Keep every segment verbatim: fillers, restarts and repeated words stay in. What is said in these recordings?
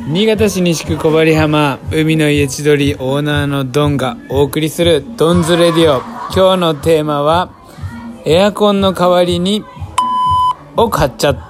新潟市西区小針浜海の家千鳥オーナーのドンがお送りするドンズレディオ。今日のテーマはエアコンの代わりにを買っちゃった。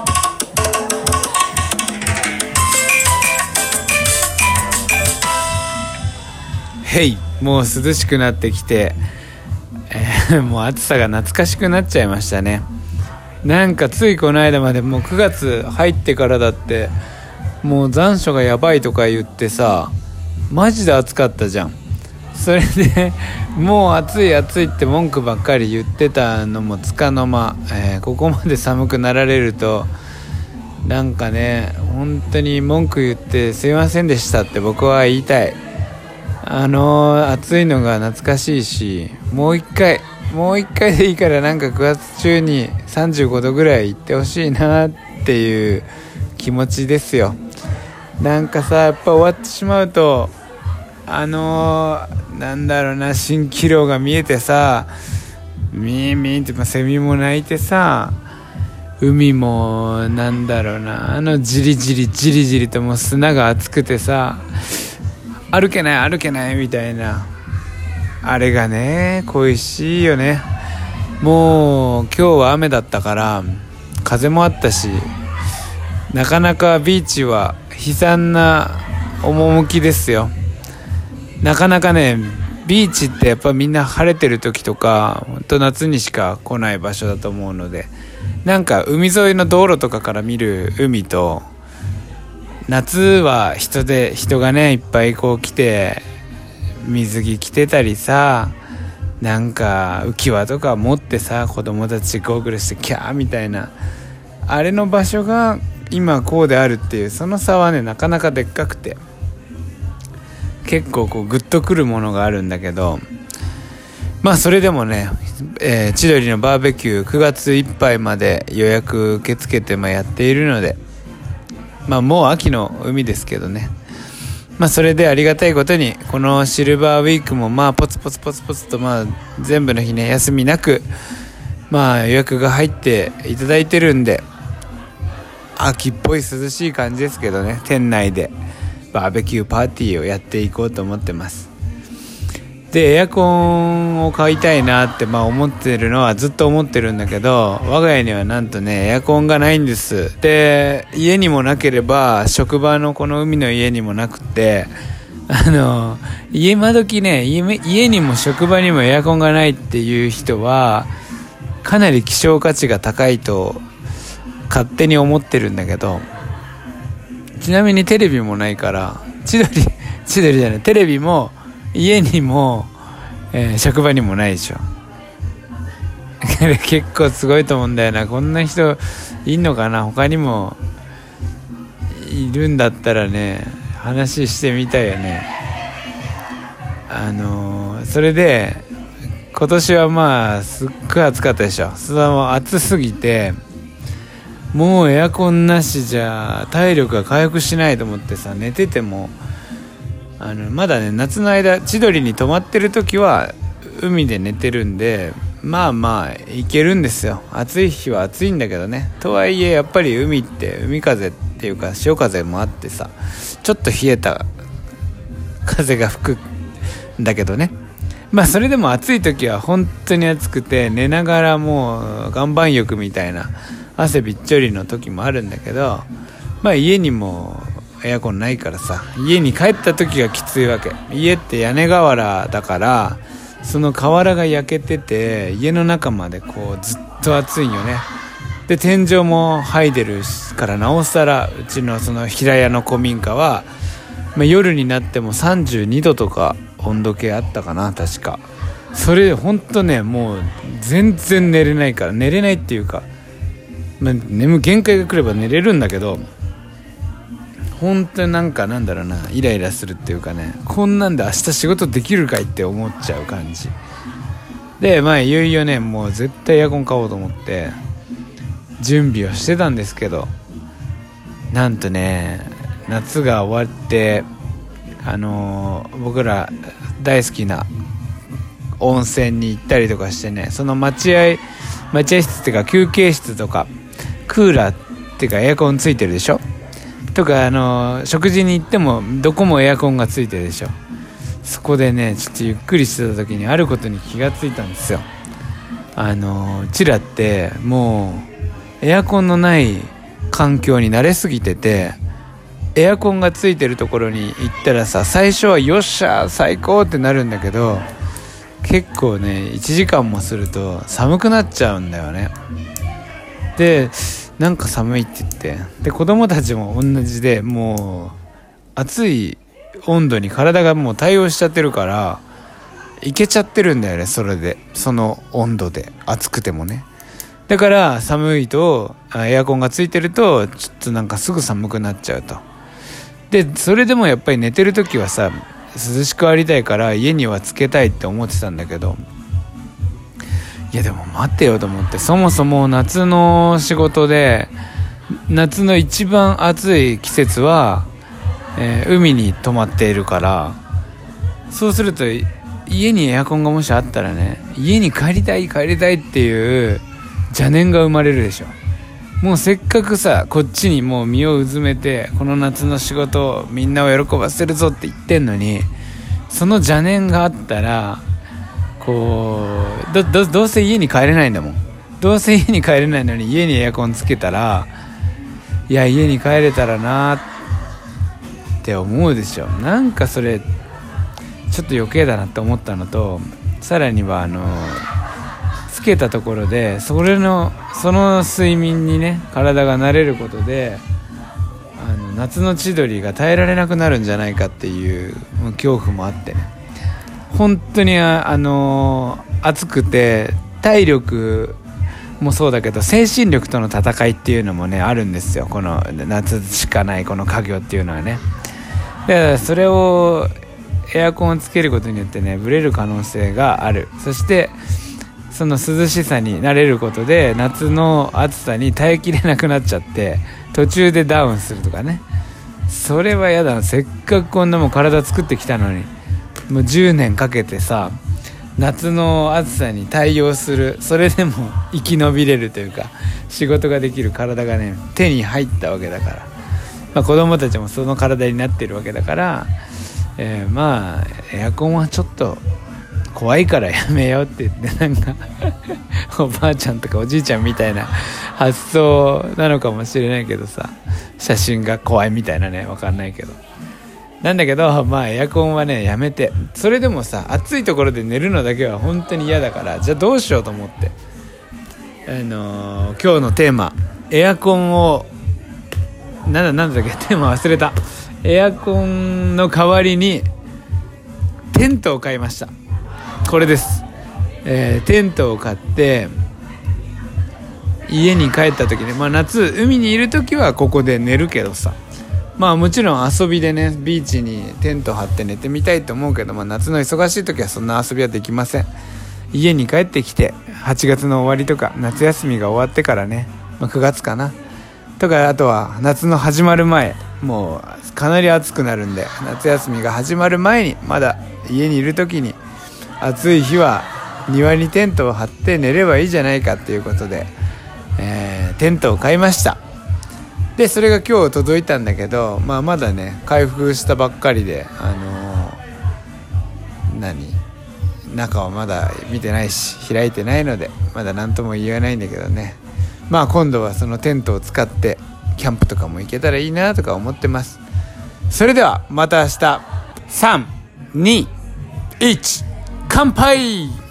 へい、もう涼しくなってきて、えー、もう暑さが懐かしくなっちゃいましたね。なんかついこの間までもうくがつ入ってからだってもう残暑がやばいとか言ってさ、マジで暑かったじゃん。それでもう暑い暑いって文句ばっかり言ってたのもつかの間、えー、ここまで寒くなられるとなんかね、本当に文句言ってすいませんでしたって僕は言いたい。あのー、暑いのが懐かしいし、もう一回もう一回でいいからなんかくがつ中にさんじゅうごどぐらい行ってほしいなっていう気持ちですよ。なんかさ、やっぱ終わってしまうとあのー、なんだろうな、蜃気楼が見えてさ、ミーミーって、まあ、セミも鳴いてさ、海もなんだろうな、あのじりじりじりじりともう砂が熱くてさ、歩けない歩けないみたいな、あれがね恋しいよね。もう今日は雨だったから風もあったし、なかなかビーチは悲惨な趣ですよ。なかなかね、ビーチってやっぱみんな晴れてる時とか本当夏にしか来ない場所だと思うので、なんか海沿いの道路とかから見る海と、夏は人で人がねいっぱいこう来て水着着てたりさ、なんか浮き輪とか持ってさ、子供たちゴーグルしてキャーみたいな、あれの場所が今こうであるっていう、その差はねなかなかでっかくて、結構こうグッとくるものがあるんだけど、まあそれでもね、えー、千鳥のバーベキューくがついっぱいまで予約受け付けてまあやっているので、まあもう秋の海ですけどね、まあそれでありがたいことにこのシルバーウィークもまあポツポツポツポツとまあ全部の日ね休みなくまあ予約が入っていただいてるんで、秋っぽい涼しい感じですけどね、店内でバーベキューパーティーをやっていこうと思ってます。でエアコンを買いたいなってまあ思ってるのはずっと思ってるんだけど、我が家にはなんとねエアコンがないんです。で家にもなければ職場のこの海の家にもなくて、あの家今時ね 家, 家にも職場にもエアコンがないっていう人はかなり希少価値が高いと勝手に思ってるんだけど、ちなみにテレビもないから、千鳥千鳥じゃない、テレビも家にも、えー、職場にもないでしょ。結構すごいと思うんだよな。こんな人いんのかな。他にもいるんだったらね話してみたいよね。あのー、それで今年はまあすっごい暑かったでしょ。それはもう暑すぎてもうエアコンなしじゃ体力が回復しないと思ってさ、寝ててもあのまだね夏の間千鳥に泊まってる時は海で寝てるんで、まあまあいけるんですよ。暑い日は暑いんだけどね。とはいえやっぱり海って海風っていうか潮風もあってさ、ちょっと冷えた風が吹くんだけどね。まあそれでも暑い時は本当に暑くて寝ながらもう岩盤浴みたいな汗びっちょりの時もあるんだけど、まあ家にもエアコンないからさ、家に帰った時がきついわけ。家って屋根瓦だからその瓦が焼けてて家の中までこうずっと暑いんよね。で天井も剥いでるからなおさら、うちのその平屋の古民家は、まあ、夜になってもさんじゅうにどとか温度計あったかな確か。それほんとねもう全然寝れないから、寝れないっていうか、まあ、眠限界が来れば寝れるんだけど、本当になんかなんだろうな、イライラするっていうかね、こんなんで明日仕事できるかいって思っちゃう感じで、まあいよいよねもう絶対エアコン買おうと思って準備をしてたんですけど、なんとね夏が終わってあのー、僕ら大好きな温泉に行ったりとかしてね、その待合待合室っていうか休憩室とかクーラーっていうかエアコンついてるでしょ。 とかあの食事に行ってもどこもエアコンがついてるでしょ。そこでねちょっとゆっくりしてた時にあることに気がついたんですよ。あのうちらってもうエアコンのない環境に慣れすぎてて、エアコンがついてるところに行ったらさ、最初はよっしゃ最高ってなるんだけど、結構ねいちじかんもすると寒くなっちゃうんだよね。でなんか寒いって言って、で子供たちも同じで、もう暑い温度に体がもう対応しちゃってるからいけちゃってるんだよね。それでその温度で暑くてもね。だから寒いとエアコンがついてるとちょっとなんかすぐ寒くなっちゃうと。でそれでもやっぱり寝てる時はさ涼しくありたいから家にはつけたいって思ってたんだけど、いやでも待ってよと思って、そもそも夏の仕事で夏の一番暑い季節は、えー、海に泊まっているから、そうすると家にエアコンがもしあったらね、家に帰りたい帰りたいっていう邪念が生まれるでしょ。もうせっかくさこっちにもう身をうずめてこの夏の仕事をみんなを喜ばせるぞって言ってんのに、その邪念があったらこう ど, ど, どうせ家に帰れないんだもん。どうせ家に帰れないのに家にエアコンつけたら、いや家に帰れたらなって思うでしょ。なんかそれちょっと余計だなって思ったのと、さらにはあのつけたところでそれのその睡眠にね体が慣れることで、あの夏の千鳥が耐えられなくなるんじゃないかっていう恐怖もあってね、本当にあ、あの暑くて体力もそうだけど精神力との戦いっていうのもねあるんですよ。この夏しかないこの家業っていうのはね。だからそれをエアコンをつけることによってねブレる可能性がある。そしてその涼しさに慣れることで夏の暑さに耐えきれなくなっちゃって途中でダウンするとかね。それはやだな。せっかくこんなもん体作ってきたのに、もうじゅうねんかけてさ夏の暑さに対応する、それでも生き延びれるというか仕事ができる体がね手に入ったわけだから、まあ、子供たちもその体になってるわけだから、えー、まあエアコンはちょっと怖いからやめようって言って、なんかおばあちゃんとかおじいちゃんみたいな発想なのかもしれないけどさ、写真が怖いみたいなね、わかんないけどなんだけど、まあエアコンはねやめて、それでもさ暑いところで寝るのだけは本当に嫌だから、じゃあどうしようと思って、あのー、今日のテーマエアコンをなんだなんだっけテーマ忘れた。エアコンの代わりにテントを買いました。これです、えー、テントを買って家に帰った時に、まあ夏海にいる時はここで寝るけどさ、まあもちろん遊びでねビーチにテント張って寝てみたいと思うけど、まあ、夏の忙しい時はそんな遊びはできません。家に帰ってきてはちがつの終わりとか夏休みが終わってからね、まあ、くがつかなとか、あとは夏の始まる前、もうかなり暑くなるんで夏休みが始まる前にまだ家にいる時に暑い日は庭にテントを張って寝ればいいじゃないかっていうことで、えー、テントを買いました。でそれが今日届いたんだけど、まあ、まだね開封したばっかりで、あのー、何中はまだ見てないし開いてないのでまだ何とも言えないんだけどね、まあ今度はそのテントを使ってキャンプとかも行けたらいいなとか思ってます。それではまた明日。さん、に、いち乾杯。